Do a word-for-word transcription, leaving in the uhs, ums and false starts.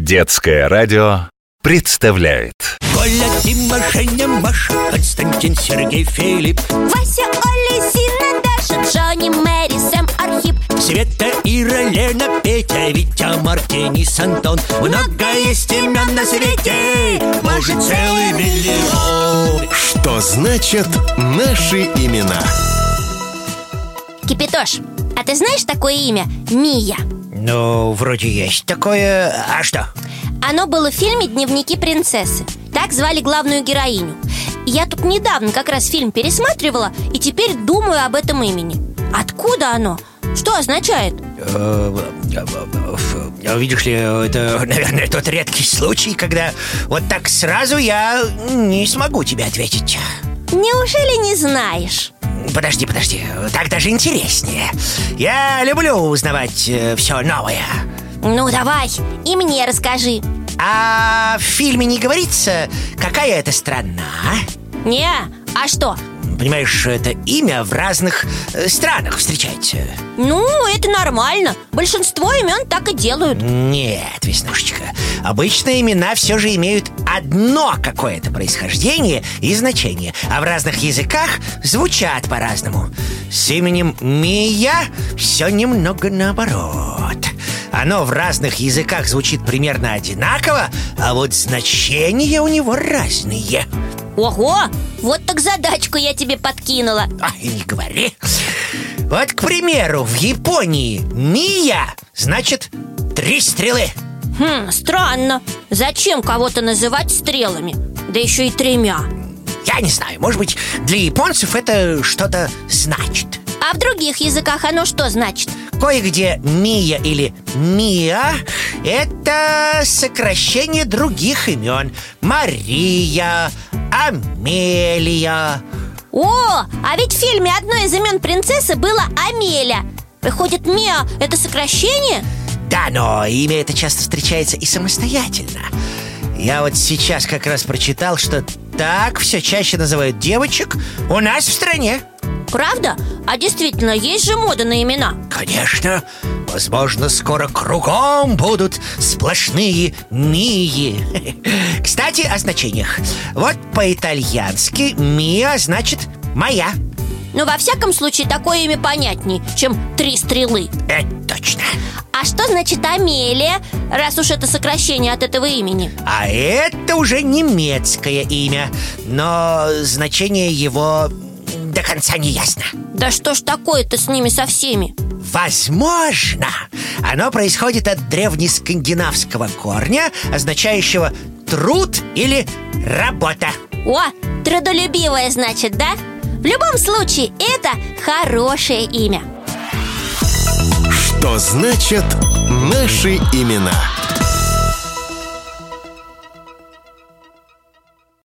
Детское радио представляет. Коля, Дима, Женя, Маша, Константин, Сергей, Филипп, Вася, Оля, Зина, Даша, Джонни, Мэри, Сэм, Архип, Света, Ира, Лена, Петя, Витя, Марк, Денис, Антон. Много есть имен на свете, может, целый миллион. Что значит наши имена? Кипятош, а ты знаешь такое имя? Мия. Ну, вроде есть такое. А что? Оно было в фильме «Дневники принцессы». Так звали главную героиню. Я тут недавно как раз фильм пересматривала и теперь думаю об этом имени. Откуда оно? Что означает? Видишь ли, это, наверное, тот редкий случай, когда вот так сразу я не смогу тебе ответить. Неужели не знаешь? Подожди, подожди, так даже интереснее. Я люблю узнавать э, все новое. Ну давай, и мне расскажи. А в фильме не говорится, какая это страна? Не, а что? Понимаешь, это имя в разных э, странах встречается. Ну, это нормально. Большинство имен так и делают. Нет, Веснушечка, обычно имена все же имеют одно какое-то происхождение и значение, а в разных языках звучат по-разному. С именем Мия все немного наоборот. Оно в разных языках звучит примерно одинаково, а вот значения у него разные. Ого, вот так задачку я тебе подкинула. А, и не говори. Вот, к примеру, в Японии Мия значит три стрелы. Хм, странно. Зачем кого-то называть стрелами? Да еще и тремя. Я не знаю, может быть, для японцев это что-то значит. А в других языках оно что значит? Кое-где Мия или Мия – это сокращение других имен. Мария, Амелия. О, а ведь в фильме одной из имен принцессы было Амеля. Выходит, Мия – это сокращение? Да, но имя это часто встречается и самостоятельно. Я вот сейчас как раз прочитал, что так все чаще называют девочек у нас в стране. Правда? А действительно, есть же мода на имена? Конечно. Возможно, скоро кругом будут сплошные Мии. Кстати, о значениях. Вот по-итальянски Мия значит «моя». Ну, во всяком случае, такое имя понятней, чем «три стрелы». Это точно. А что значит Амелия, раз уж это сокращение от этого имени? А это уже немецкое имя, но значение его до конца не ясно. Да что ж такое-то с ними со всеми? Возможно, оно происходит от древнескандинавского корня, означающего «труд» или «работа». О, трудолюбивое, значит, да? В любом случае, это хорошее имя. Что значит наши имена?